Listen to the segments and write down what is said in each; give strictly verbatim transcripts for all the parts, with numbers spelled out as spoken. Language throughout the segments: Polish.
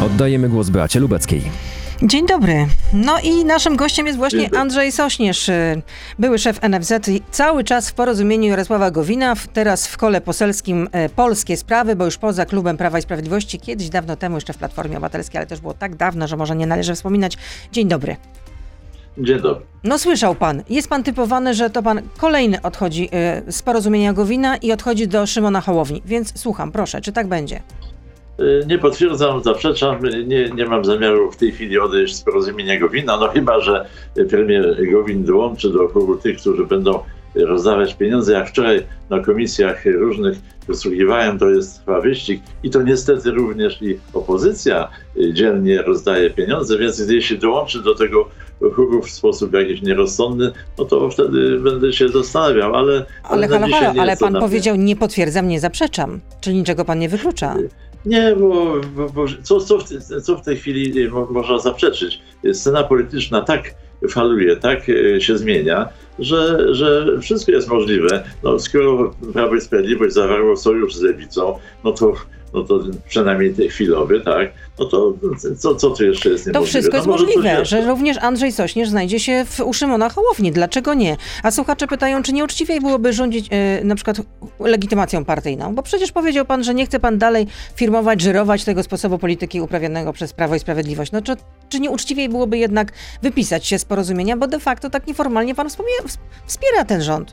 Oddajemy głos Beacie Lubeckiej. Dzień dobry. No i naszym gościem jest właśnie Andrzej Sośnierz, były szef N F Z, cały czas w porozumieniu Jarosława Gowina, teraz w kole poselskim Polskie Sprawy, bo już poza klubem Prawa i Sprawiedliwości, kiedyś dawno temu jeszcze w Platformie Obywatelskiej, ale też było tak dawno, że może nie należy wspominać. Dzień dobry. Dzień dobry. No słyszał pan, jest pan typowany, że to pan kolejny odchodzi z porozumienia Gowina i odchodzi do Szymona Hołowni, więc słucham, proszę, czy tak będzie? Nie potwierdzam, zaprzeczam, nie, nie mam zamiaru w tej chwili odejść z porozumienia Gowina, no chyba że premier Gowin dołączy do klubu tych, którzy będą rozdawać pieniądze. Jak wczoraj na komisjach różnych wysłuchiwałem, to jest chyba wyścig i to niestety również i opozycja dzielnie rozdaje pieniądze, więc jeśli dołączy do tego klubu w sposób jakiś nierozsądny, no to wtedy będę się zastanawiał, ale... Ale, ale, halo, halo, ale pan powiedział, nie potwierdzam, nie zaprzeczam, czyli niczego pan nie wyklucza. Nie, bo, bo, bo co, co, w te, co w tej chwili mo, można zaprzeczyć? Scena polityczna tak faluje, tak się zmienia, że, że wszystko jest możliwe. No, skoro Prawo i Sprawiedliwość zawarło sojusz z Lewicą, no to, no to przynajmniej te chwilowy, tak? No to co, co tu jeszcze jest niemożliwe? To wszystko jest no, możliwe, że również Andrzej Sośnierz znajdzie się w, u Szymona Hołowni. Dlaczego nie? A słuchacze pytają, czy nie uczciwiej byłoby rządzić yy, na przykład legitymacją partyjną? Bo przecież powiedział pan, że nie chce pan dalej firmować, żyrować tego sposobu polityki uprawianego przez Prawo i Sprawiedliwość. No czy, czy nie uczciwiej byłoby jednak wypisać się z porozumienia, bo de facto tak nieformalnie pan wspiera ten rząd?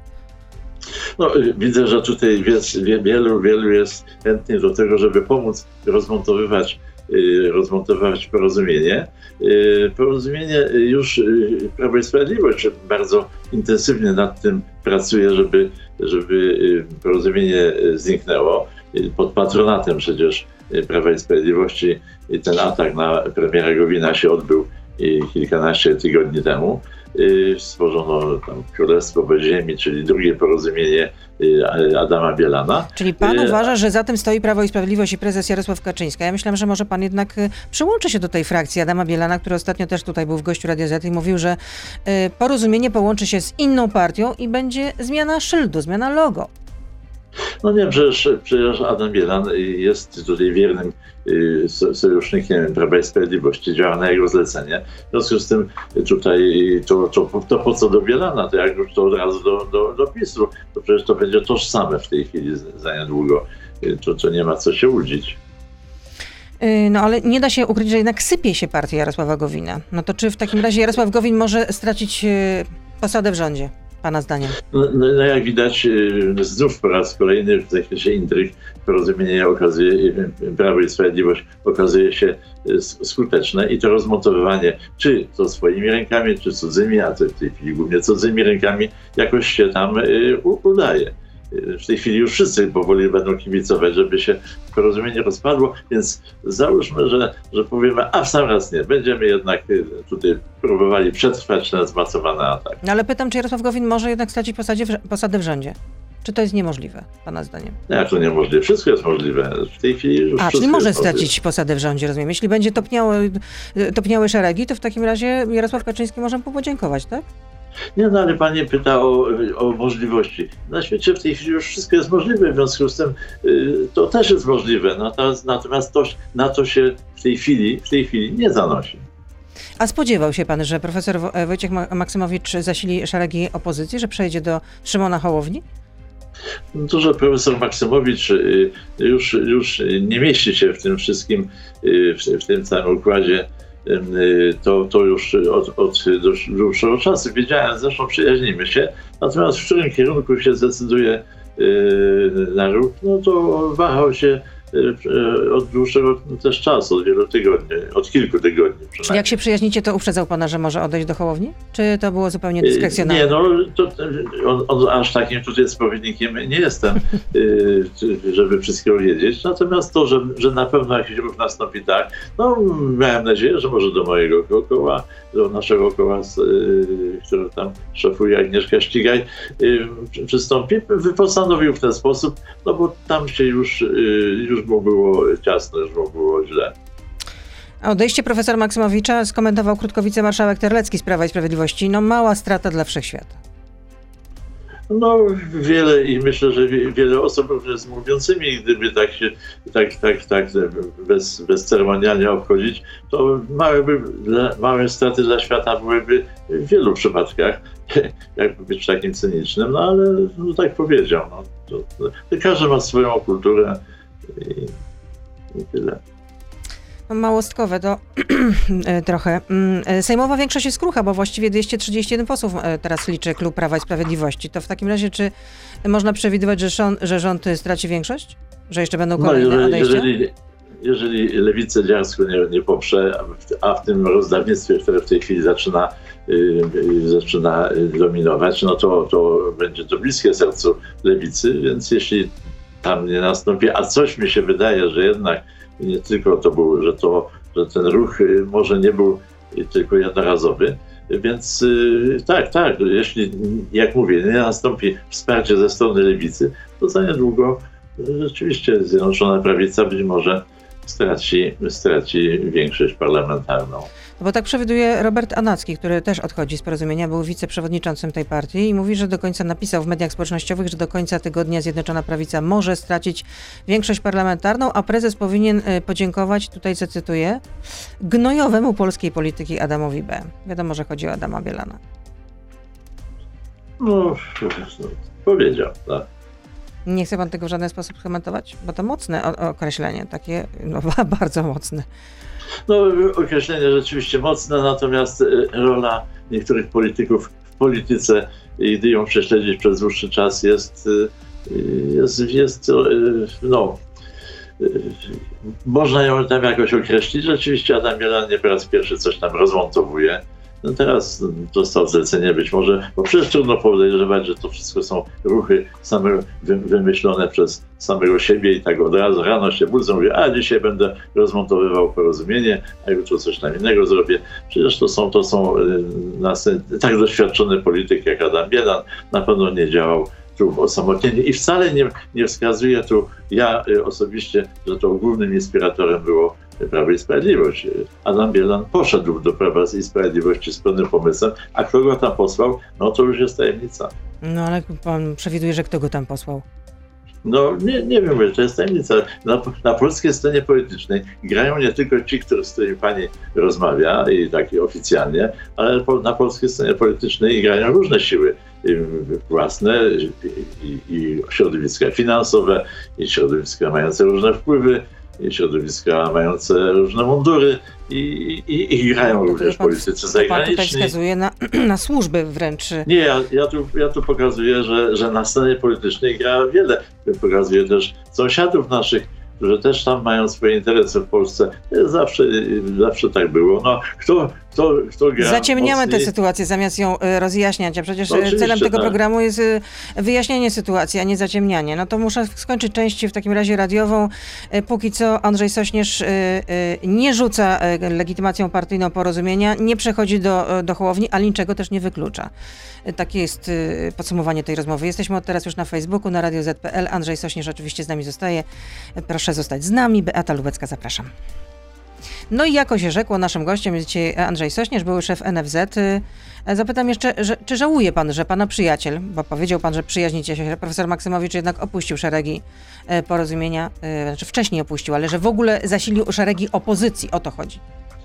No, widzę, że tutaj jest, wielu, wielu jest chętnych do tego, żeby pomóc rozmontowywać, rozmontowywać porozumienie. Porozumienie już Prawo i Sprawiedliwość bardzo intensywnie nad tym pracuje, żeby, żeby porozumienie zniknęło. Pod patronatem przecież Prawa i Sprawiedliwości ten atak na premiera Gowina się odbył kilkanaście tygodni temu. Stworzono tam Królestwo bez ziemi, czyli drugie porozumienie Adama Bielana. Czyli pan uważa, że za tym stoi Prawo i Sprawiedliwość i prezes Jarosław Kaczyński. Ja myślałem, że może pan jednak przyłączy się do tej frakcji Adama Bielana, który ostatnio też tutaj był w gościu Radia Z i mówił, że porozumienie połączy się z inną partią i będzie zmiana szyldu, zmiana logo. No nie, przecież, przecież Adam Bielan jest tutaj wiernym sojusznikiem Prawa i Sprawiedliwości, działa na jego zlecenie. W związku z tym tutaj to, to, to po co do Bielana, to jak już to od razu do, do, do PiS-u, to przecież to będzie tożsame w tej chwili za niedługo. To, to nie ma co się łudzić. No ale nie da się ukryć, że jednak sypie się partia Jarosława Gowina. No to czy w takim razie Jarosław Gowin może stracić posadę w rządzie? Pana zdaniem? No, no jak widać, znów po raz kolejny w zakresie intryg porozumienie okazuje, Prawo i Sprawiedliwość okazuje się skuteczne i to rozmontowywanie, czy to swoimi rękami, czy cudzymi, a to w tej chwili głównie cudzymi rękami, jakoś się tam udaje. W tej chwili już wszyscy powoli będą kibicować, żeby się porozumienie rozpadło, więc załóżmy, że, że powiemy, a w sam raz nie. Będziemy jednak tutaj próbowali przetrwać ten zmacowany atak. No ale pytam, czy Jarosław Gowin może jednak stracić posadzie w, posadę w rządzie? Czy to jest niemożliwe, pana zdaniem? Jak to niemożliwe? Wszystko jest możliwe. W tej chwili już A, wszystko czyli może jest stracić możliwe. posadę w rządzie, rozumiem. Jeśli będzie topniało, topniały szeregi, to w takim razie Jarosław Kaczyński może mu podziękować, tak? Nie, no ale pani pyta o, o możliwości. Na świecie w tej chwili już wszystko jest możliwe, w związku z tym y, to też jest możliwe. Natomiast, natomiast to, na to się w tej chwili, w tej chwili nie zanosi. A spodziewał się pan, że profesor Wojciech Maksymowicz zasili szeregi opozycji, że przejdzie do Szymona Hołowni? No to, że profesor Maksymowicz y, już, już nie mieści się w tym wszystkim, y, w, w tym całym układzie, To, to już od, od dłuższego czasu wiedziałem, zresztą przyjaźnimy się, natomiast w którym kierunku się zdecyduje yy, naród, no to wahał się yy, od dłuższego też czasu, od wielu tygodni, od kilku tygodni przynajmniej. Czyli jak się przyjaźnicie, to uprzedzał pana, że może odejść do Hołowni? Czy to było zupełnie dyskrecjonalne? Nie, no to, on, on aż takim tutaj spowiednikiem nie jestem, yy, żeby wszystkiego wiedzieć, natomiast to, że, że na pewno jakiś ruch nastąpi, tak, no miałem nadzieję, że może do mojego koła, do naszego koła, yy, które tam szefuje Agnieszka Ścigaj, yy, przystąpi, postanowił w ten sposób, no bo tam się już, yy, już mu było ciasno, już mu było źle. Odejście profesora Maksymowicza skomentował krótko wicemarszałek Terlecki z Prawa i Sprawiedliwości. No mała strata dla wszechświata. No wiele i myślę, że wiele osób z mówiącymi, gdyby tak się tak, tak, tak bez, bezceremonialnie obchodzić, to małe, by, małe straty dla świata byłyby w wielu przypadkach, jakby być takim cynicznym, no ale no, tak powiedział. No, to, to każdy ma swoją kulturę i, i tyle. Małostkowe to trochę. Sejmowa większość jest krucha, bo właściwie dwieście trzydzieści jeden posłów teraz liczy klub Prawa i Sprawiedliwości. To w takim razie czy można przewidywać, że rząd, że rząd straci większość? Że jeszcze będą kolejne no, jeżeli, odejścia? Jeżeli, jeżeli lewicę dziarsko nie, nie poprze, a w tym rozdawnictwie, które w tej chwili zaczyna, yy, zaczyna dominować, no to, to będzie to bliskie sercu lewicy, więc jeśli tam nie nastąpi, a coś mi się wydaje, że jednak nie tylko to był, że, to, że ten ruch może nie był tylko jednorazowy, więc tak, tak, jeśli, jak mówię, nie nastąpi wsparcie ze strony lewicy, to za niedługo rzeczywiście Zjednoczona Prawica być może straci, straci większość parlamentarną. No bo tak przewiduje Robert Anacki, który też odchodzi z Porozumienia, był wiceprzewodniczącym tej partii i mówi, że do końca, napisał w mediach społecznościowych, że do końca tygodnia Zjednoczona Prawica może stracić większość parlamentarną, a prezes powinien podziękować, tutaj zacytuję, gnojowemu polskiej polityki Adamowi B. Wiadomo, że chodzi o Adama Bielana. No, powiedział, tak. Nie chce pan tego w żaden sposób komentować? Bo to mocne określenie, takie no, bardzo mocne. No, określenie rzeczywiście mocne, natomiast rola niektórych polityków w polityce, gdy ją prześledzić przez dłuższy czas, jest, jest, jest no, można ją tam jakoś określić. Rzeczywiście Adam Bielan nie po raz pierwszy coś tam rozmontowuje. No teraz dostał zlecenie być może, bo przecież trudno podejrzewać, że to wszystko są ruchy same wymyślone przez samego siebie i tak od razu rano się budzą, mówię, a dzisiaj będę rozmontowywał Porozumienie, a jutro coś tam innego zrobię. Przecież to są, to są tak doświadczony polityk jak Adam Bielan, na pewno nie działał tu osamotnienie i wcale nie, nie wskazuję tu ja osobiście, że to głównym inspiratorem było Prawo i Sprawiedliwość. Adam Bielan poszedł do Prawa i Sprawiedliwości z pełnym pomysłem, a kto go tam posłał, no to już jest tajemnica. No ale pan przewiduje, że kto go tam posłał? No nie, nie wiem, to jest tajemnica. Na, na polskiej scenie politycznej grają nie tylko ci, którzy, z którymi pani rozmawia i tak oficjalnie, ale po, na polskiej scenie politycznej grają różne siły własne i, i, i środowiska finansowe, i środowiska mające różne wpływy, i środowiska mające różne mundury i, i, i grają no również pan, politycy zagraniczni. Pan tutaj wskazuje na, na służby wręcz. Nie, ja, ja, tu, ja tu pokazuję, że, że na scenie politycznej gra wiele. Pokazuję też sąsiadów naszych, którzy też tam mają swoje interesy w Polsce. Zawsze, zawsze tak było. No, kto, kto, kto gra Zaciemniamy mocniej? tę sytuację zamiast ją rozjaśniać, a przecież no, celem tego tak. programu jest wyjaśnienie sytuacji, a nie zaciemnianie. No to muszę skończyć część w takim razie radiową. Póki co Andrzej Sośnierz nie rzuca legitymacją partyjną Porozumienia, nie przechodzi do, do Hołowni, ale niczego też nie wyklucza. Takie jest podsumowanie tej rozmowy. Jesteśmy od teraz już na Facebooku, na Radio Z kropka P L. Andrzej Sośnierz oczywiście z nami zostaje. Proszę zostać z nami. Beata Lubecka, zapraszam. No i jako się rzekło, naszym gościem jest dzisiaj Andrzej Sośnierz, były szef N F Z. Zapytam jeszcze, że, czy żałuje pan, że pana przyjaciel, bo powiedział pan, że przyjaźnicie się, profesor Maksymowicz jednak opuścił szeregi Porozumienia, znaczy wcześniej opuścił, ale że w ogóle zasilił szeregi opozycji, o to chodzi.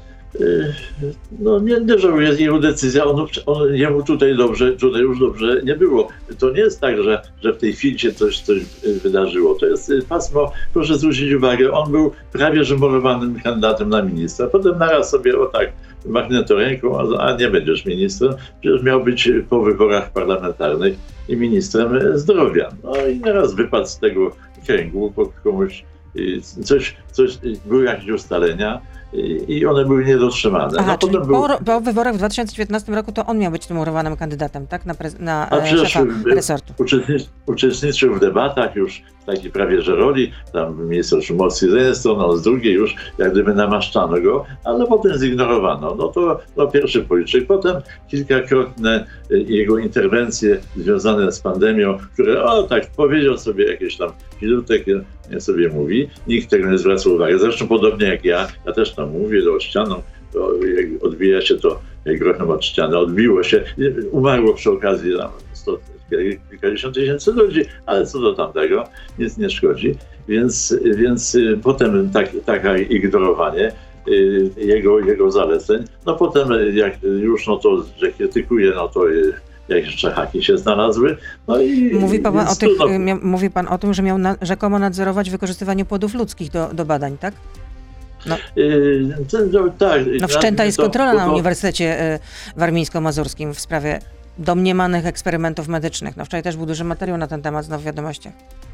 No nie, nie żałuję jego decyzja, on, on, jemu tutaj dobrze, tutaj już dobrze nie było. To nie jest tak, że, że w tej chwili się coś, coś wydarzyło. To jest pasmo, proszę zwrócić uwagę, on był prawie że morowanym kandydatem na ministra. Potem naraz sobie o tak machnęto ręką, a, a nie będziesz ministrem. Przecież miał być po wyborach parlamentarnych i ministrem zdrowia. No i naraz wypadł z tego kręgu, po komuś coś, coś były jakieś ustalenia. I one były niedotrzymane. Aha, no, czyli potem po, był... po wyborach w dwa tysiące dziewiętnym roku to on miał być tym murowanym kandydatem, tak? Na, pre... na A przecież szefa resortu. Uczestniczy, uczestniczył w debatach już w takiej prawie że roli. Tam minister Szumowski z jednej strony, on z drugiej już jak gdyby namaszczano go, ale potem zignorowano. No to no, pierwszy policzyk. Potem kilkakrotne jego interwencje związane z pandemią, które o tak powiedział sobie jakieś tam pilutek, nie sobie mówi. Nikt tego nie zwraca uwagi. Zresztą podobnie jak ja, ja też tam mówię do ścianą, to jak odbija się to jak grochem od ściany, odbiło się, umarło przy okazji tam sto, kilkadziesiąt tysięcy ludzi, ale co do tamtego, nic nie szkodzi. Więc, więc potem tak, takie ignorowanie jego, jego zaleceń, no potem jak już no to, że krytykuje, no to jak jeszcze haki się znalazły. No i mówi, pan o tych, trudno... mia, mówi pan o tym, że miał na, rzekomo nadzorować wykorzystywanie płodów ludzkich do, do badań, tak? No, yy, no, tak. no wszczęta jest to, kontrola to, na to... Uniwersytecie Warmińsko-Mazurskim w sprawie domniemanych eksperymentów medycznych. No wczoraj też był duży materiał na ten temat znowu w wiadomościach.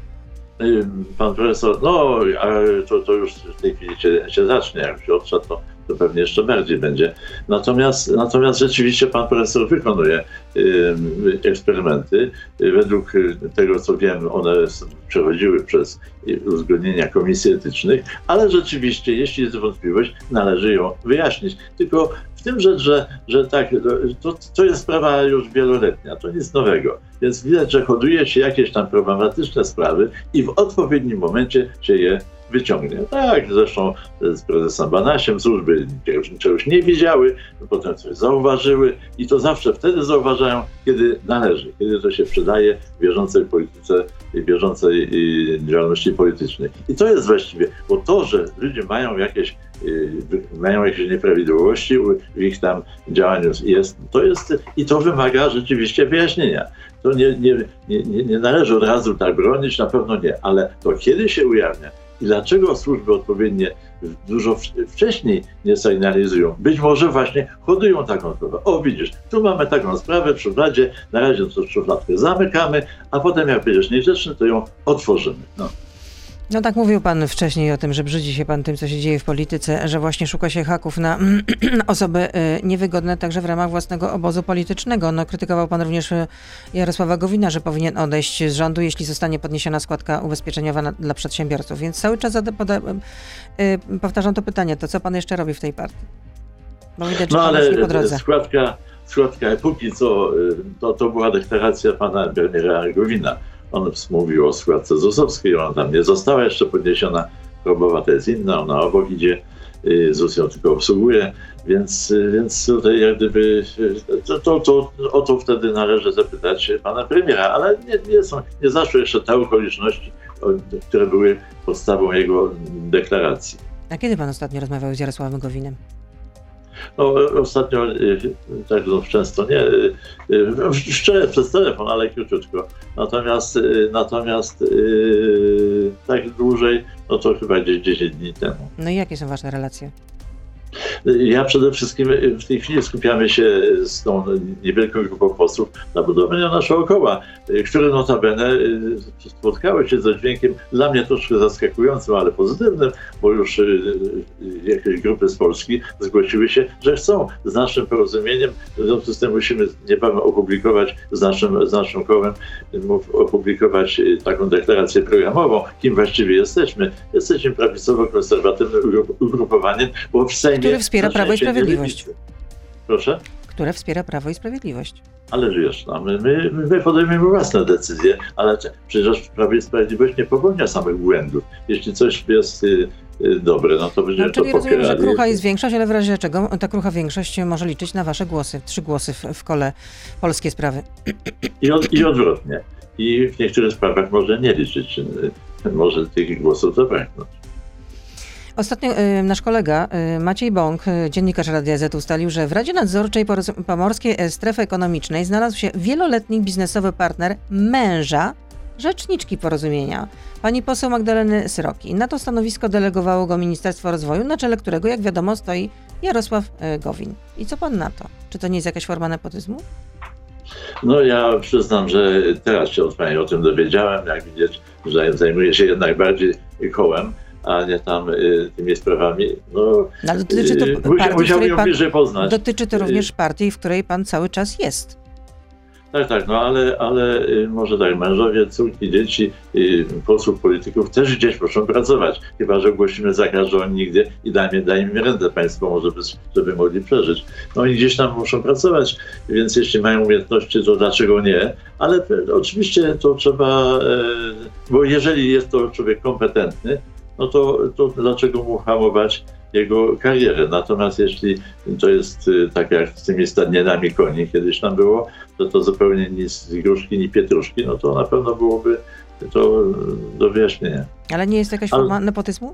Pan profesor, no to, to już w tej chwili się, się zacznie, jak się odszedł, to, to pewnie jeszcze bardziej będzie. Natomiast, natomiast rzeczywiście pan profesor wykonuje y, eksperymenty. Według tego, co wiem, one przechodziły przez uzgodnienia komisji etycznych, ale rzeczywiście, jeśli jest wątpliwość, należy ją wyjaśnić. Tylko w tym rzecz, że, że tak, to, to jest sprawa już wieloletnia, to nic nowego. Więc widać, że hoduje się jakieś tam problematyczne sprawy i w odpowiednim momencie się je wyciągnie. Tak, zresztą z prezesem Banasiem służby czegoś nie widziały, potem coś zauważyły i to zawsze wtedy zauważają, kiedy należy, kiedy to się przydaje w bieżącej polityce i bieżącej działalności politycznej. I to jest właściwie, bo to, że ludzie mają jakieś mają jakieś nieprawidłowości w ich tam działaniu jest, to jest i to wymaga rzeczywiście wyjaśnienia. To nie, nie, nie, nie należy od razu tak bronić, na pewno nie, ale to kiedy się ujawnia i dlaczego służby odpowiednie dużo wcześniej nie sygnalizują, być może właśnie hodują taką sprawę. O widzisz, tu mamy taką sprawę w szufladzie, na razie to szufladkę zamykamy, a potem jak będziesz niegrzeczny, to ją otworzymy. No. No tak mówił pan wcześniej o tym, że brzydzi się pan tym, co się dzieje w polityce, że właśnie szuka się haków na osoby niewygodne także w ramach własnego obozu politycznego. No, krytykował pan również Jarosława Gowina, że powinien odejść z rządu, jeśli zostanie podniesiona składka ubezpieczeniowa na, dla przedsiębiorców. Więc cały czas zada, poda, powtarzam to pytanie, to co pan jeszcze robi w tej partii? Bo widać, że no pan ale już nie po drodze. składka, składka póki co, to, to była deklaracja pana premiera Gowina. On mówił o składce ZUS-owskiej, ona tam nie została jeszcze podniesiona, chorobowa to jest inna, ona obok idzie, ZUS ją tylko obsługuje, więc, więc tutaj jak gdyby to, to, to, o to wtedy należy zapytać pana premiera, ale nie, nie, są, nie zaszły jeszcze te okoliczności, które były podstawą jego deklaracji. A kiedy pan ostatnio rozmawiał z Jarosławem Gowinem? No ostatnio, tak no, często nie, wczoraj przez telefon, ale króciutko. Natomiast, natomiast tak dłużej, no to chyba gdzieś dziesięć dni temu. No i jakie są wasze relacje? Ja przede wszystkim w tej chwili skupiamy się z tą niewielką grupą posłów na budowaniu naszego koła, które notabene spotkały się ze dźwiękiem dla mnie troszkę zaskakującym, ale pozytywnym, bo już jakieś grupy z Polski zgłosiły się, że chcą z naszym porozumieniem, w związku z tym musimy niebawem opublikować z naszym, z naszym kołem, opublikować taką deklarację programową, kim właściwie jesteśmy. Jesteśmy prawicowo-konserwatywnym ugrupowaniem, bo w Sejmie... Które wspiera Prawo i Sprawiedliwość. Proszę? Które wspiera Prawo i Sprawiedliwość. Ale wiesz, no, my, my, my podejmujemy własne decyzje, ale przecież Prawo i Sprawiedliwość nie popełnia samych błędów. Jeśli coś jest y, y, dobre, no to będziemy no, czyli to rozumiem, popierali. że krucha jest większość, ale w razie czego ta krucha większość może liczyć na wasze głosy. Trzy głosy w, w kole Polskie Sprawy. I, od, I odwrotnie. I w niektórych sprawach może nie liczyć. Może tych głosów zabraknąć. Ostatnio y, nasz kolega y, Maciej Bąk, y, dziennikarz Radia Z, ustalił, że w Radzie Nadzorczej Pomorskiej Strefy Ekonomicznej znalazł się wieloletni biznesowy partner męża rzeczniczki porozumienia, pani poseł Magdaleny Sroki. Na to stanowisko delegowało go Ministerstwo Rozwoju, na czele którego, jak wiadomo, stoi Jarosław y, Gowin. I co pan na to? Czy to nie jest jakaś forma nepotyzmu? No ja przyznam, że teraz się od pani o tym dowiedziałem, jak widzieć, że zajmuję się jednak bardziej kołem, a nie tam y, tymi sprawami. No, no ale dotyczy to y, partii, musiałbym ją bliżej poznać. Dotyczy to również partii, w której pan cały czas jest. Tak, tak, no ale, ale y, może tak, mężowie, córki, dzieci y, posłów, polityków też gdzieś muszą pracować. Chyba że ogłosimy zakaz, że oni nigdzie i dajmy, dajmy im rentę państwową, żeby, żeby mogli przeżyć. No oni gdzieś tam muszą pracować, więc jeśli mają umiejętności, to dlaczego nie? Ale y, oczywiście to trzeba, y, bo jeżeli jest to człowiek kompetentny, no to, to dlaczego mu hamować jego karierę. Natomiast jeśli to jest tak jak z tymi stadninami koni kiedyś tam było, to to zupełnie nic z gruszki, ni pietruszki, no to na pewno byłoby to do wyjaśnienia. Ale nie jest to jakaś Ale... forma nepotyzmu?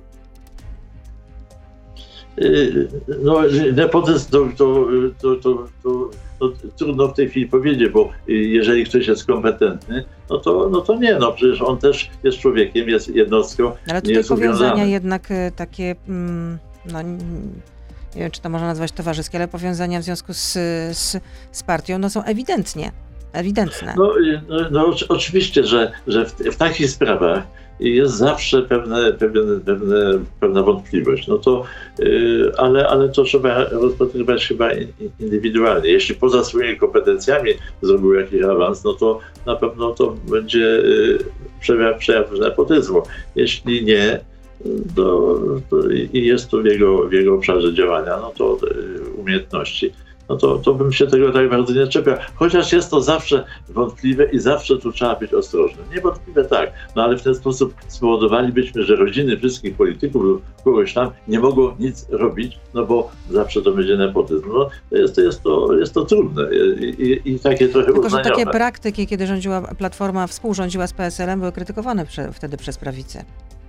No, nepotyzm to, to, to, to, to, to trudno w tej chwili powiedzieć, bo jeżeli ktoś jest kompetentny, no to, no to nie, no przecież on też jest człowiekiem, jest jednostką. Ale tutaj jest powiązania uwiązany. jednak takie, no nie wiem, czy to można nazwać towarzyskie, ale powiązania w związku z, z, z partią, no są ewidentnie, ewidentne. No, no, no oczywiście, że, że w, w takich sprawach jest zawsze pewne, pewne, pewne, pewna wątpliwość. No to, yy, ale, ale to trzeba rozpatrywać chyba indywidualnie. Jeśli poza swoimi kompetencjami zrobił jakiś awans, no to na pewno to będzie yy, przejaw, przejaw nepotyzmu. Jeśli nie, to, to i jest to w jego, w jego obszarze działania, no to yy, umiejętności. No to, to bym się tego tak bardzo nie czepiał. Chociaż jest to zawsze wątpliwe i zawsze tu trzeba być ostrożnym. Niewątpliwe tak, no ale w ten sposób spowodowalibyśmy, że rodziny wszystkich polityków lub kogoś tam nie mogą nic robić, no bo zawsze to będzie nepotyzm. No, to, jest, to, jest, to, jest to trudne i, i, i takie trochę Tylko, uznanione. że takie praktyki, kiedy rządziła Platforma, współrządziła z P S L-em, były krytykowane prze, wtedy przez prawicę.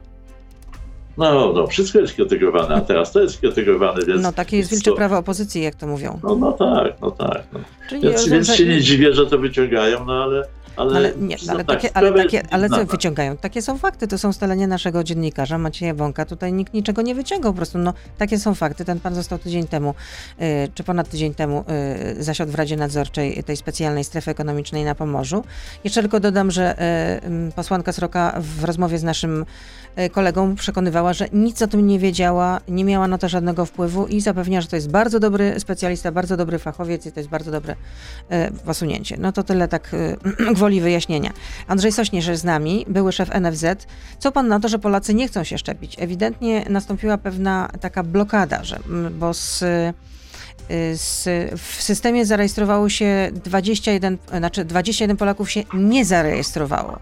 No, no, wszystko jest krytykowane, a teraz to jest krytykowane, więc... No, takie jest wilcze to... prawo opozycji, jak to mówią. No, no tak, no tak. No. Czyli więc rozumiem, więc że... się nie dziwię, że to wyciągają, no ale... Ale, ale nie, no, ale, tak, takie, ale, takie, ale co znana. wyciągają? Takie są fakty, to są ustalenia naszego dziennikarza Macieja Bąka. Tutaj nikt niczego nie wyciągał, po prostu no, takie są fakty. Ten pan został tydzień temu, yy, czy ponad tydzień temu yy, zasiadł w Radzie Nadzorczej tej specjalnej strefy ekonomicznej na Pomorzu. Jeszcze tylko dodam, że yy, posłanka Sroka w rozmowie z naszym yy, kolegą przekonywała, że nic o tym nie wiedziała, nie miała na to żadnego wpływu i zapewnia, że to jest bardzo dobry specjalista, bardzo dobry fachowiec i to jest bardzo dobre yy, posunięcie. No to tyle tak yy, gwoli wyjaśnienia. Andrzej Sośnierz jest z nami, były szef N F Z. Co pan na to, że Polacy nie chcą się szczepić? Ewidentnie nastąpiła pewna taka blokada, że, bo z, z, w systemie zarejestrowało się dwadzieścia jeden, znaczy dwadzieścia jeden Polaków się nie zarejestrowało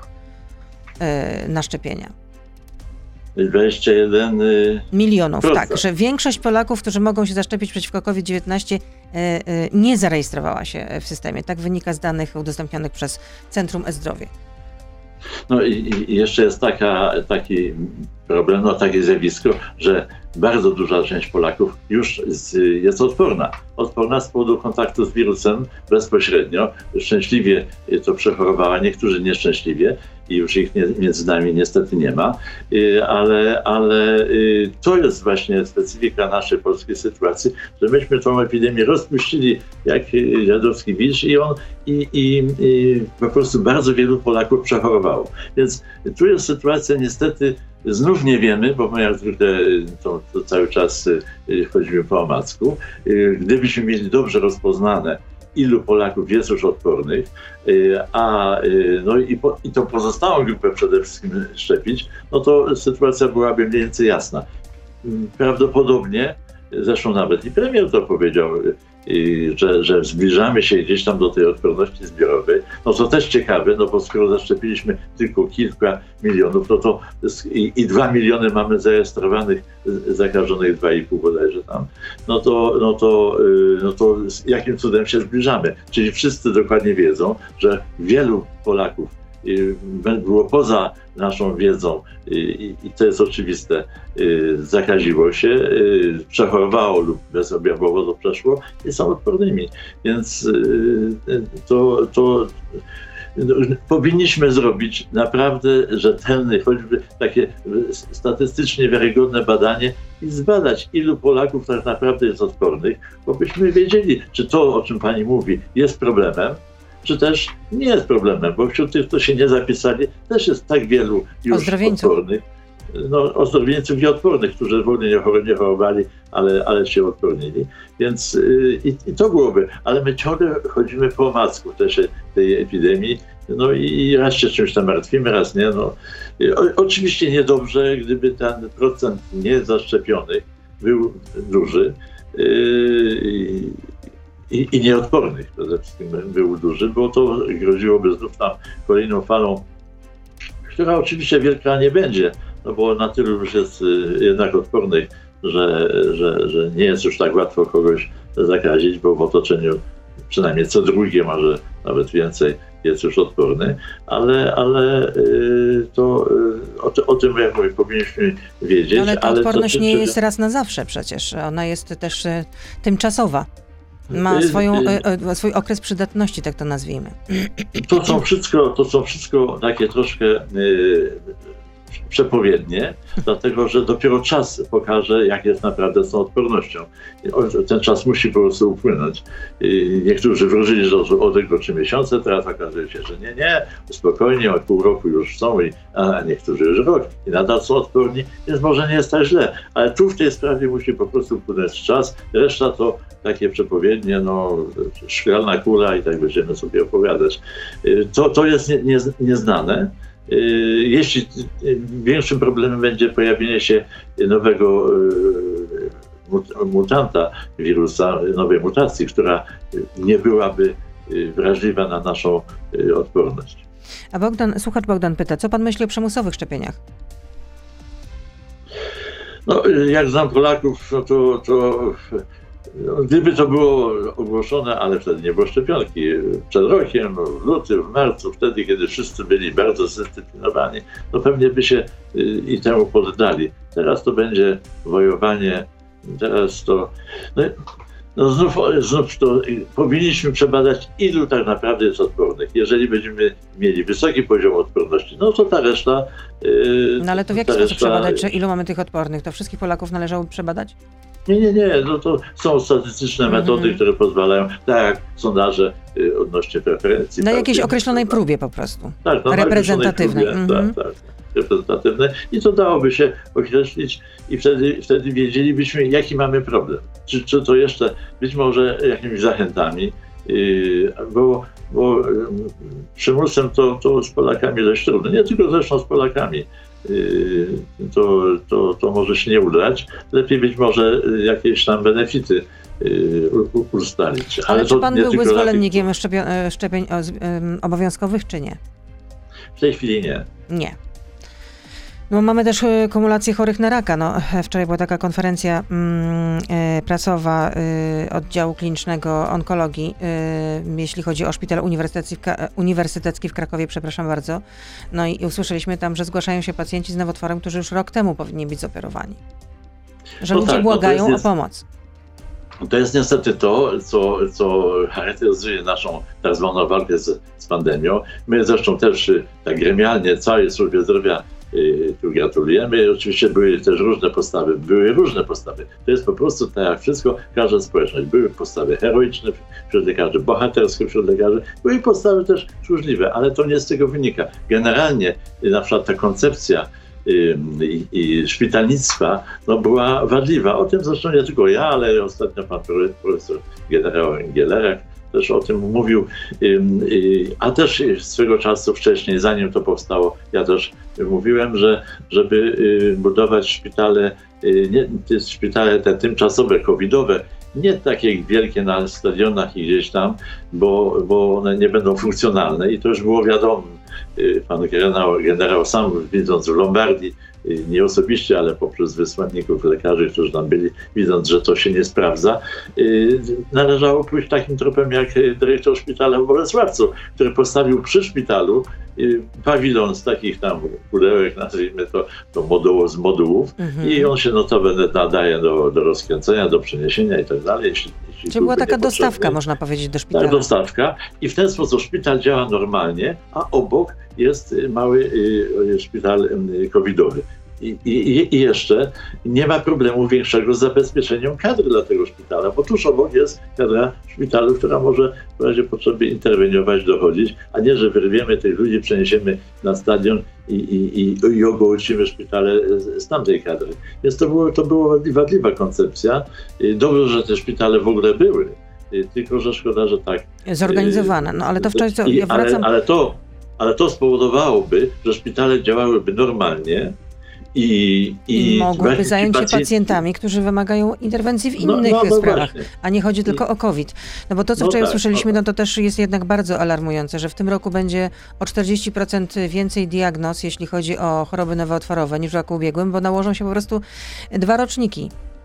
na szczepienia. dwadzieścia jeden milionów, procent. tak, że większość Polaków, którzy mogą się zaszczepić przeciwko COVID dziewiętnaście, nie zarejestrowała się w systemie. Tak wynika z danych udostępnionych przez Centrum E-Zdrowie. No i, i jeszcze jest taka, taki problem, no takie zjawisko, że bardzo duża część Polaków już z, jest odporna. Odporna z powodu kontaktu z wirusem bezpośrednio. Szczęśliwie to przechorowała, niektórzy nieszczęśliwie i już ich nie, między nami niestety nie ma, ale, ale to jest właśnie specyfika naszej polskiej sytuacji, że myśmy tą epidemię rozpuścili jak dziadowski wicz i on i, i, i po prostu bardzo wielu Polaków przechorowało. Więc tu jest sytuacja niestety, znów nie wiemy, bo my jak zwykle to, to cały czas chodzimy po omacku. Gdybyśmy mieli dobrze rozpoznane, ilu Polaków jest już odpornych, a no i, po, i tą pozostałą grupę przede wszystkim szczepić, no to sytuacja byłaby mniej więcej jasna. Prawdopodobnie, zresztą nawet i premier to powiedział, że, że zbliżamy się gdzieś tam do tej odporności zbiorowej, no to też ciekawe, no bo skoro zaszczepiliśmy tylko kilka milionów, no to i, i dwa miliony mamy zarejestrowanych zakażonych, dwa i pół bodajże tam, no to, no to, no to jakim cudem się zbliżamy? Czyli wszyscy dokładnie wiedzą, że wielu Polaków było poza naszą wiedzą i, i to jest oczywiste, zakaziło się, przechorowało lub bezobjawowo to przeszło i są odpornymi. Więc to, to powinniśmy zrobić naprawdę rzetelne, choćby takie statystycznie wiarygodne badanie i zbadać, ilu Polaków tak naprawdę jest odpornych, bo byśmy wiedzieli, czy to, o czym pani mówi, jest problemem, czy też nie jest problemem, bo wśród tych, którzy się nie zapisali, też jest tak wielu już odpornych, no, ozdrowieńców i odpornych, którzy w ogóle nie chorowali, ale, ale się odpornili. Więc yy, i, i to byłoby, ale my ciągle chodzimy po omacku też tej epidemii, no i raz się czymś tam martwimy, raz nie. No. O, oczywiście niedobrze, gdyby ten procent niezaszczepionych był duży, yy, I, i nieodpornych przede wszystkim był duży, bo to groziłoby znów tam kolejną falą, która oczywiście wielka nie będzie, no bo na tylu już jest jednak odpornych że, że, że nie jest już tak łatwo kogoś zakazić, bo w otoczeniu przynajmniej co drugie, może nawet więcej, jest już odporny, ale, ale to o, o tym, jak mówię, powinniśmy wiedzieć. Ale ta odporność ale to, nie czy, jest raz na zawsze przecież. Ona jest też tymczasowa. Ma swoją, swój okres przydatności, tak to nazwijmy. To są wszystko, to są wszystko takie troszkę yy, przepowiednie, dlatego że dopiero czas pokaże, jak jest naprawdę z tą odpornością. Ten czas musi po prostu upłynąć. Niektórzy wróżyli, że odległo trzy miesiące, teraz okazuje się, że nie, nie, spokojnie, od pół roku już są, a niektórzy już rok i nadal są odporni, więc może nie jest tak źle. Ale tu w tej sprawie musi po prostu upłynąć czas, reszta to takie przepowiednie, no, szklana kula i tak będziemy sobie opowiadać. To, to jest nie, nie, nieznane. Jeśli większym problemem będzie pojawienie się nowego mutanta wirusa, nowej mutacji, która nie byłaby wrażliwa na naszą odporność. A Bogdan, słuchacz Bogdan pyta, co pan myśli o przymusowych szczepieniach? No, jak znam Polaków, no to, to no, gdyby to było ogłoszone, ale wtedy nie było szczepionki, przed rokiem, w lutym, w marcu, wtedy, kiedy wszyscy byli bardzo zdyscyplinowani, no pewnie by się i temu poddali. Teraz to będzie wojowanie, teraz to... No, no znów, znów to powinniśmy przebadać, ilu tak naprawdę jest odpornych. Jeżeli będziemy mieli wysoki poziom odporności, no to ta reszta... Yy, no ale to w jaki sposób przebadać, czy ilu mamy tych odpornych? To wszystkich Polaków należałoby przebadać? Nie, nie, nie. No to są statystyczne mm-hmm. metody, które pozwalają, tak jak sondaże y, odnośnie preferencji. Na jakiejś określonej tak, próbie po prostu. Tak, na reprezentatywnej. Próbie, mm-hmm. tak, tak. Reprezentatywne i to dałoby się określić i wtedy, wtedy wiedzielibyśmy, jaki mamy problem. Czy, czy to jeszcze być może jakimiś zachętami, yy, bo, bo yy, przymusem to, to z Polakami dość trudno. Nie tylko zresztą z Polakami. Yy, to, to, to może się nie udać. Lepiej być może jakieś tam benefity yy, ustalić. Ale, Ale czy pan byłby tylko zwolennikiem tych... szczepień, szczepień obowiązkowych, czy nie? W tej chwili nie. Nie. No, mamy też kumulację chorych na raka. No, wczoraj była taka konferencja mm, e, prasowa e, oddziału klinicznego onkologii, e, jeśli chodzi o szpital uniwersytecki w, uniwersytecki w Krakowie, przepraszam bardzo. No i usłyszeliśmy tam, że zgłaszają się pacjenci z nowotworem, którzy już rok temu powinni być zoperowani. Że no ludzie tak, błagają no jest, o pomoc. To jest niestety to, co, co charakteryzuje naszą tak zwaną walkę z, z pandemią. My zresztą też tak gremialnie całej służbie zdrowia Yy, tu gratulujemy. Oczywiście były też różne postawy, były różne postawy. To jest po prostu tak jak wszystko, każda społeczność. Były postawy heroiczne wśród lekarzy, bohaterskie wśród lekarzy, były postawy też tchórzliwe, ale to nie z tego wynika. Generalnie yy, na przykład ta koncepcja yy, yy, szpitalnictwa no, była wadliwa. O tym zresztą nie tylko ja, ale ostatnio pan profesor generał Gielerek też o tym mówił, a też swego czasu wcześniej, zanim to powstało, ja też mówiłem, że żeby budować szpitale, nie, te szpitale te tymczasowe, covidowe, nie takie wielkie na stadionach i gdzieś tam, bo, bo one nie będą funkcjonalne i to już było wiadomo. Pan generał, generał sam, widząc w Lombardii, nie osobiście, ale poprzez wysłanników lekarzy, którzy tam byli, widząc, że to się nie sprawdza, należało pójść takim tropem jak dyrektor szpitala w Bolesławcu, który postawił przy szpitalu pawilon z takich tam pudełek, nazwijmy to, to moduł, z modułów mm-hmm. i on się notabene nadaje do, do rozkręcenia, do przeniesienia i tak dalej. Jeśli, jeśli Czyli była taka dostawka, można powiedzieć, do szpitala. Tak, dostawka i w ten sposób szpital działa normalnie, a obok jest mały y, szpital y, covidowy. I, i, I jeszcze nie ma problemu większego z zabezpieczeniem kadry dla tego szpitala, bo tuż obok jest kadra szpitalu, która może w razie potrzeby interweniować, dochodzić, a nie, że wyrwiemy tych ludzi, przeniesiemy na stadion i, i, i, i ogołocimy szpitale z, z tamtej kadry. Więc to było, to była wadliwa koncepcja. Dobrze, że te szpitale w ogóle były, tylko że szkoda, że tak... Zorganizowane, no ale to wczoraj... Co, ja wracam... ale, ale, to, ale to spowodowałoby, że szpitale działałyby normalnie, I, i, I mogłyby zająć się pacjentami, którzy wymagają interwencji w innych no, no, sprawach, no a nie chodzi tylko o COVID. No bo to, co no wczoraj tak, usłyszeliśmy, no to też jest jednak bardzo alarmujące, że w tym roku będzie o czterdzieści procent więcej diagnoz, jeśli chodzi o choroby nowotworowe, niż w roku ubiegłym, bo nałożą się po prostu dwa roczniki.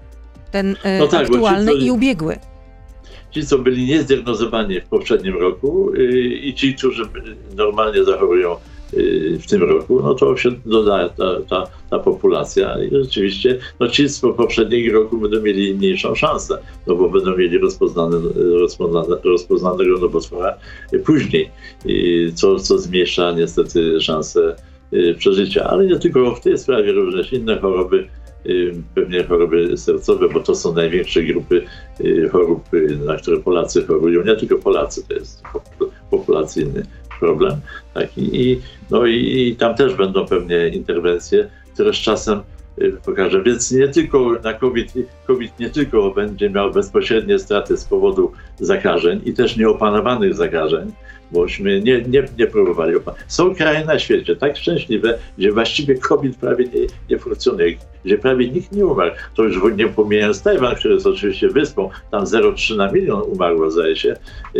Ten e, No tak, aktualny ci, co, i ubiegły. Ci, co byli niezdiagnozowani w poprzednim roku yy, i ci, którzy normalnie zachorują yy, w tym roku, no to się doda ta, ta, ta populacja i rzeczywiście no ci z poprzedniego roku będą mieli mniejszą szansę, no bo będą mieli rozpoznane, rozpoznane, rozpoznanego nowotwora później, yy, co, co zmniejsza niestety szanse yy, przeżycia. Ale nie tylko w tej sprawie, również inne choroby, pewnie choroby sercowe, bo to są największe grupy chorób, na które Polacy chorują. Nie tylko Polacy, to jest populacyjny problem. Tak? I, no i, i tam też będą pewnie interwencje, które z czasem pokażę. Więc nie tylko na COVID, COVID nie tylko będzie miał bezpośrednie straty z powodu zakażeń i też nieopanowanych zakażeń, bośmy nie, nie, nie próbowali opanować. Są kraje na świecie tak szczęśliwe, gdzie właściwie COVID prawie nie, nie funkcjonuje, gdzie prawie nikt nie umarł. To już nie pomijając Tajwan, który jest oczywiście wyspą, tam zero przecinek trzy na milion umarło, zdaje się.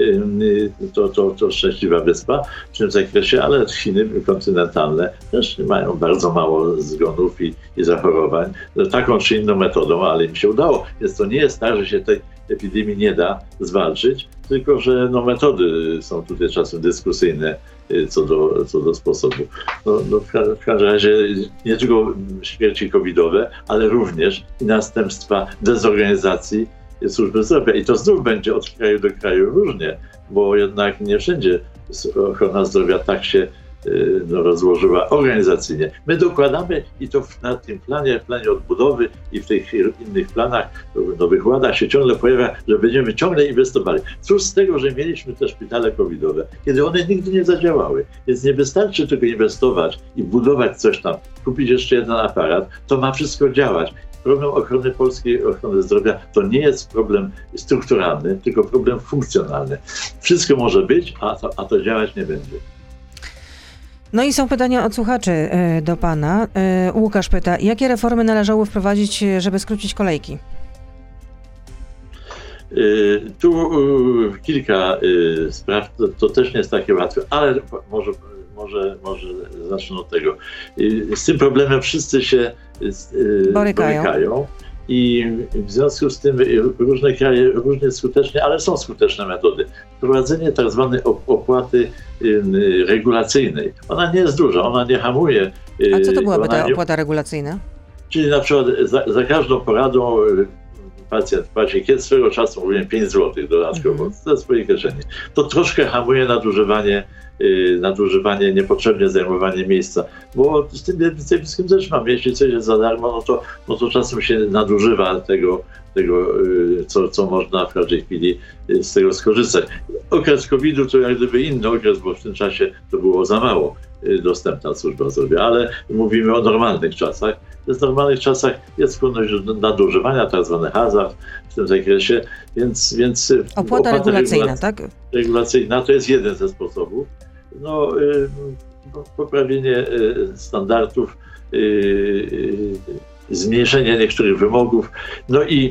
To, to, to szczęśliwa wyspa w tym zakresie, ale Chiny kontynentalne też mają bardzo mało zgonów i, i zachorowań. Taką czy inną metodą, ale im się udało. Więc to nie jest tak, że się tej epidemii nie da zwalczyć, tylko że no, metody są tutaj czasem dyskusyjne co do, co do sposobu. No, no, w, w każdym razie nie tylko śmierci covidowe, ale również i następstwa dezorganizacji służby zdrowia. I to znów będzie od kraju do kraju różnie, bo jednak nie wszędzie ochrona zdrowia tak się no, rozłożyła organizacyjnie. My dokładamy i to w, na tym planie, w planie odbudowy i w tych innych planach, w nowych ładach się ciągle pojawia, że będziemy ciągle inwestowali. Cóż z tego, że mieliśmy te szpitale covidowe, kiedy one nigdy nie zadziałały. Więc nie wystarczy tylko inwestować i budować coś tam, kupić jeszcze jeden aparat, to ma wszystko działać. Problem ochrony polskiej, ochrony zdrowia to nie jest problem strukturalny, tylko problem funkcjonalny. Wszystko może być, a to, a to działać nie będzie. No i są pytania od słuchaczy do pana. Łukasz pyta, jakie reformy należało wprowadzić, żeby skrócić kolejki? Tu kilka spraw, to, to też nie jest takie łatwe, ale może, może, może zacznę od tego. Z tym problemem wszyscy się borykają. borykają. I w związku z tym różne kraje różnie skutecznie, ale są skuteczne metody. Wprowadzenie tak zwanej opłaty regulacyjnej. Ona nie jest duża, ona nie hamuje. A co to byłaby ta opłata regulacyjna? Czyli na przykład za, za każdą poradą pacjent płaci, kiedy swego czasu mówiłem pięć złotych dodatkowo mm. ze swojej kieszeni. To troszkę hamuje nadużywanie nadużywanie, niepotrzebnie zajmowanie miejsca, bo z tym zjawiskiem też mam, jeśli coś jest za darmo, no to, no to czasem się nadużywa tego, tego co, co można w każdej chwili z tego skorzystać. Okres kowida to jak gdyby inny okres, bo w tym czasie to było za mało dostępna służba zdrowia, ale mówimy o normalnych czasach. W normalnych czasach jest skłonność do nadużywania, tak zwany hazard w tym zakresie, więc... więc opłata regulacyjna, regulac- tak? Regulacyjna to jest jeden ze sposobów. No, y, poprawienie y, standardów, y, y, zmniejszenie niektórych wymogów, no i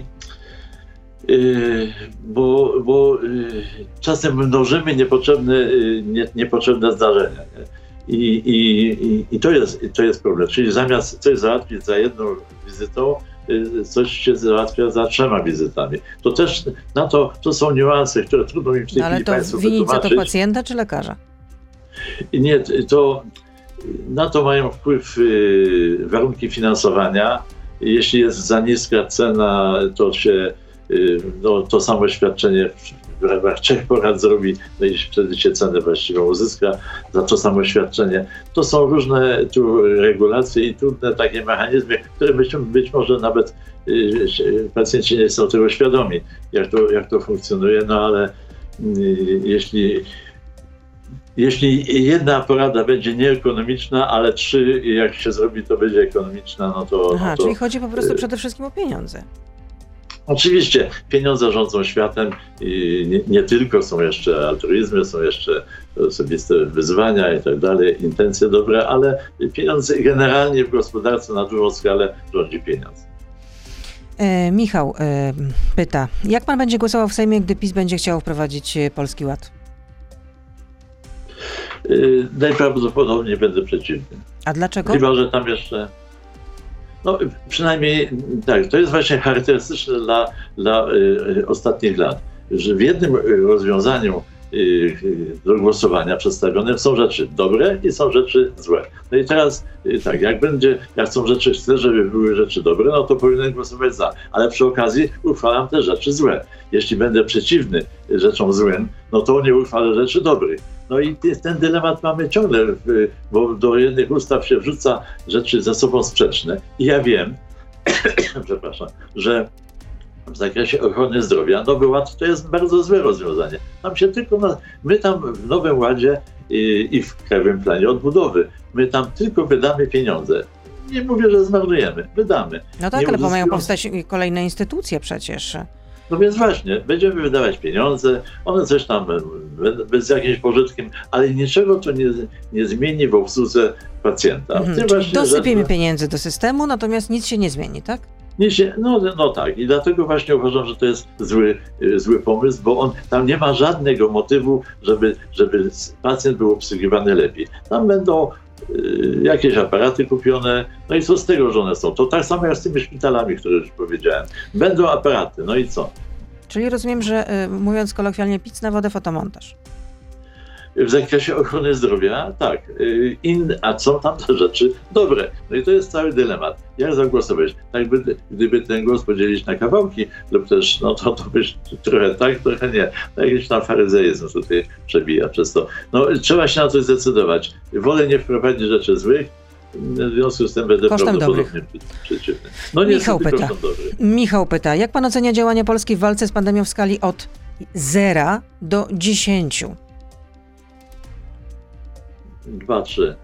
y, bo, bo y, czasem mnożymy niepotrzebne, y, nie, niepotrzebne zdarzenia. Nie? I, i, i to, jest, to jest problem. Czyli zamiast coś załatwić za jedną wizytą, coś się załatwia za trzema wizytami. To też na to, to są niuanse, które trudno mi w tej no, ale chwili to Państwu winić wytłumaczyć. to pacjenta czy lekarza? Nie, to na to mają wpływ y, warunki finansowania. Jeśli jest za niska cena, to się y, no, to samo świadczenie w ramach trzech porad zrobi, no i wtedy się cenę właściwą uzyska za to samo świadczenie. To są różne tu regulacje i trudne takie mechanizmy, które być, być może nawet y, pacjenci nie są tego świadomi, jak to, jak to funkcjonuje, no ale y, jeśli Jeśli jedna porada będzie nieekonomiczna, ale trzy, jak się zrobi, to będzie ekonomiczna, no to... Aha, no to, czyli chodzi po prostu przede wszystkim o pieniądze. Oczywiście, pieniądze rządzą światem i nie, nie tylko, są jeszcze altruizmy, są jeszcze osobiste wyzwania i tak dalej, intencje dobre, ale pieniądze generalnie w gospodarce na dużą skalę rządzi pieniądz. E, Michał e, pyta, jak pan będzie głosował w Sejmie, gdy PiS będzie chciał wprowadzić Polski Ład? Yy, najprawdopodobniej będę przeciwny. A dlaczego? Chyba, że tam jeszcze... No przynajmniej tak, to jest właśnie charakterystyczne dla, dla y, ostatnich lat, że w jednym rozwiązaniu y, do głosowania przedstawionym są rzeczy dobre i są rzeczy złe. No i teraz y, tak, jak będzie, jak są rzeczy, chcę, żeby były rzeczy dobre, no to powinienem głosować za, ale przy okazji uchwalam te rzeczy złe. Jeśli będę przeciwny rzeczom złym, no to nie uchwalę rzeczy dobrych. No i ten dylemat mamy ciągle, bo do jednych ustaw się wrzuca rzeczy ze sobą sprzeczne. I ja wiem, przepraszam, że w zakresie ochrony zdrowia Nowy Ład to jest bardzo złe rozwiązanie. Tam się tylko, na, my tam w Nowym Ładzie i, i w Krajowym Planie Odbudowy, my tam tylko wydamy pieniądze. Nie mówię, że zmarnujemy, wydamy. No tak, nie ale bo mają uzyskują... powstać kolejne instytucje przecież. No więc właśnie, będziemy wydawać pieniądze, one coś tam bez jakimś pożytkiem, ale niczego to nie, nie zmieni w obsłudze pacjenta. Mhm, czyli właśnie, dosypiemy że... pieniędzy do systemu, natomiast nic się nie zmieni, tak? Nie się, no, no tak, i dlatego właśnie uważam, że to jest zły, zły pomysł, bo on, tam nie ma żadnego motywu, żeby, żeby pacjent był obsługiwany lepiej. Tam będą y, jakieś aparaty kupione, no i co z tego, że one są? To tak samo jak z tymi szpitalami, które już powiedziałem. Będą aparaty, no i co? Czyli rozumiem, że y, mówiąc kolokwialnie, pic na wodę, fotomontaż. W zakresie ochrony zdrowia, tak. In, a są tam te rzeczy dobre. No i to jest cały dylemat. Jak zagłosować? Tak, by, gdyby ten głos podzielić na kawałki, lub też, no to, to być trochę tak, trochę nie. No jakiś tam faryzeizm tutaj przebija przez to. No trzeba się na coś zdecydować. Wolę nie wprowadzić rzeczy złych, w związku z tym będę kosztem prawdopodobnie przeciwny. No nie Michał pyta. Michał pyta, jak pan ocenia działania Polski w walce z pandemią w skali od zera do dziesięciu? Dwa, trzy.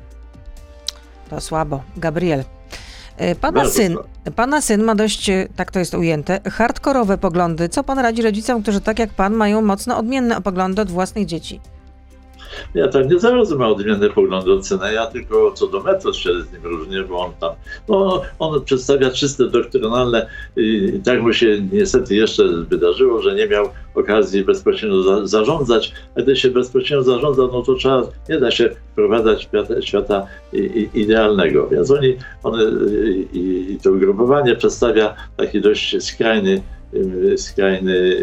To słabo. Gabriel. Pana syn, pana syn ma dość, tak to jest ujęte, hardkorowe poglądy. Co pan radzi rodzicom, którzy tak jak pan mają mocno odmienne poglądy od własnych dzieci? Ja tak nie zarazem ma odmienne poglądy od syna, ja tylko co do metod się z nim różnię, bo on tam, no on przedstawia czyste doktrynalne i tak mu się niestety jeszcze wydarzyło, że nie miał okazji bezpośrednio za, zarządzać, a gdy się bezpośrednio zarządza, no to trzeba, nie da się wprowadzać świata, świata i, i, idealnego. Więc oni, one, i, i to ugrupowanie przedstawia taki dość skrajny, skrajny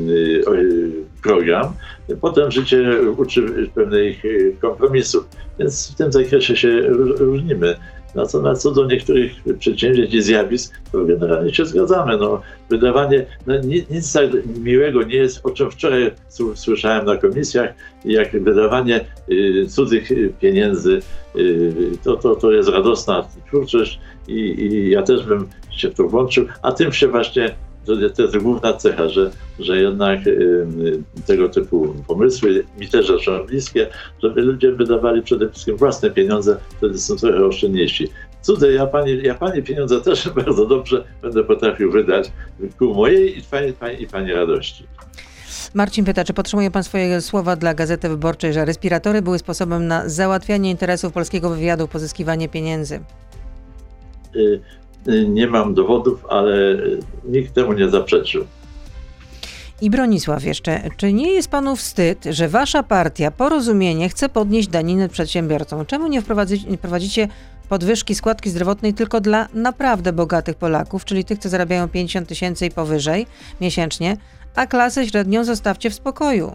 program. Potem życie uczy pewnych kompromisów, więc w tym zakresie się różnimy. Natomiast co do niektórych przedsięwzięć i zjawisk, to generalnie się zgadzamy. No, wydawanie, no, nic, nic tak miłego nie jest, o czym wczoraj słyszałem na komisjach, jak wydawanie y, cudzych pieniędzy, y, to, to, to jest radosna twórczość i, i ja też bym się w to włączył, a tym się właśnie to jest główna cecha, że, że jednak y, tego typu pomysły mi też są bliskie, żeby ludzie wydawali przede wszystkim własne pieniądze, wtedy są trochę oszczędniejsi. Cudze, ja pani, ja pani pieniądze też bardzo dobrze będę potrafił wydać ku mojej i pani, pani, i pani radości. Marcin pyta, czy podtrzymuje pan swoje słowa dla Gazety Wyborczej, że respiratory były sposobem na załatwianie interesów polskiego wywiadu, pozyskiwanie pieniędzy? Y, Nie mam dowodów, ale nikt temu nie zaprzeczył. I Bronisław jeszcze, czy nie jest panu wstyd, że wasza partia Porozumienie chce podnieść daninę przedsiębiorcom? Czemu nie, wprowadzi, nie wprowadzicie podwyżki składki zdrowotnej tylko dla naprawdę bogatych Polaków, czyli tych, co zarabiają pięćdziesiąt tysięcy i powyżej miesięcznie, a klasę średnią zostawcie w spokoju?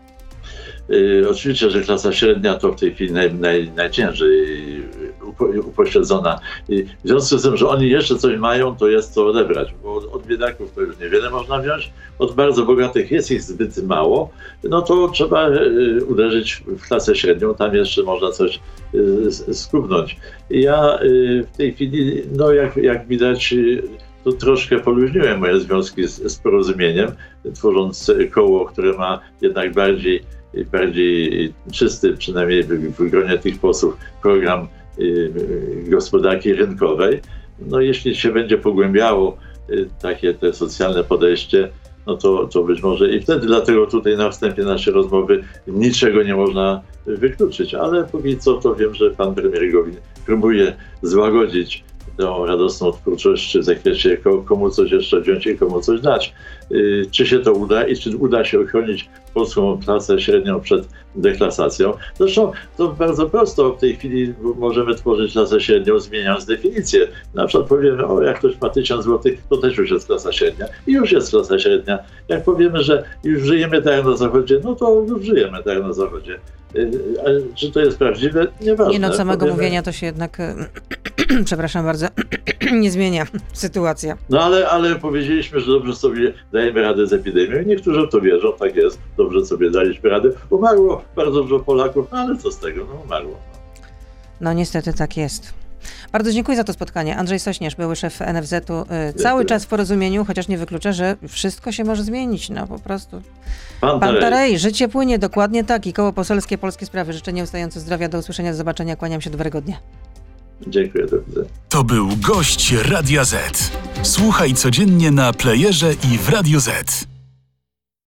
Yy, oczywiście, że klasa średnia to w tej chwili naj, naj, najciężej upośledzona. I w związku z tym, że oni jeszcze coś mają, to jest co odebrać, bo od biedaków to już niewiele można wziąć, od bardzo bogatych jest ich zbyt mało, no to trzeba y, uderzyć w klasę średnią, tam jeszcze można coś y, skubnąć. I ja y, w tej chwili, no jak, jak widać, y, to troszkę poluźniłem moje związki z, z Porozumieniem, tworząc koło, które ma jednak bardziej bardziej czysty, przynajmniej w gronie tych posłów, program y, gospodarki rynkowej. No jeśli się będzie pogłębiało y, takie te socjalne podejście, no to, to być może i wtedy, dlatego tutaj na wstępie naszej rozmowy niczego nie można wykluczyć, ale póki co to wiem, że pan premier Gowin próbuje złagodzić tą radosną twórczość, czy zechciecie komu coś jeszcze wziąć i komu coś dać. Czy się to uda i czy uda się ochronić polską klasę średnią przed deklasacją? Zresztą to bardzo prosto. W tej chwili możemy tworzyć klasę średnią, zmieniając definicję. Na przykład powiemy, o jak ktoś ma tysiąc złotych, to też już jest klasa średnia. I już jest klasa średnia. Jak powiemy, że już żyjemy tak jak na Zachodzie, no to już żyjemy tak jak na Zachodzie. A czy to jest prawdziwe? Nieważne. Nie no, samego powiemy... mówienia to się jednak, przepraszam bardzo, nie zmienia sytuacja. No ale, ale powiedzieliśmy, że dobrze sobie dajemy radę z epidemią. Niektórzy w to wierzą, tak jest. Dobrze sobie daliśmy radę. Umarło bardzo dużo Polaków, no ale co z tego? No umarło. No niestety tak jest. Bardzo dziękuję za to spotkanie. Andrzej Sośnierz, były szef N F Z u, y, cały czas w porozumieniu, chociaż nie wyklucza, że wszystko się może zmienić. No po prostu. Pan Tarej, życie płynie, dokładnie tak. I Koło Poselskie Polskie Sprawy. Życzę nieustająco zdrowia. Do usłyszenia, do zobaczenia. Kłaniam się, dobrego dnia. Dziękuję, do widzenia. To był gość Radia Z. Słuchaj codziennie na playerze i w Radio Z.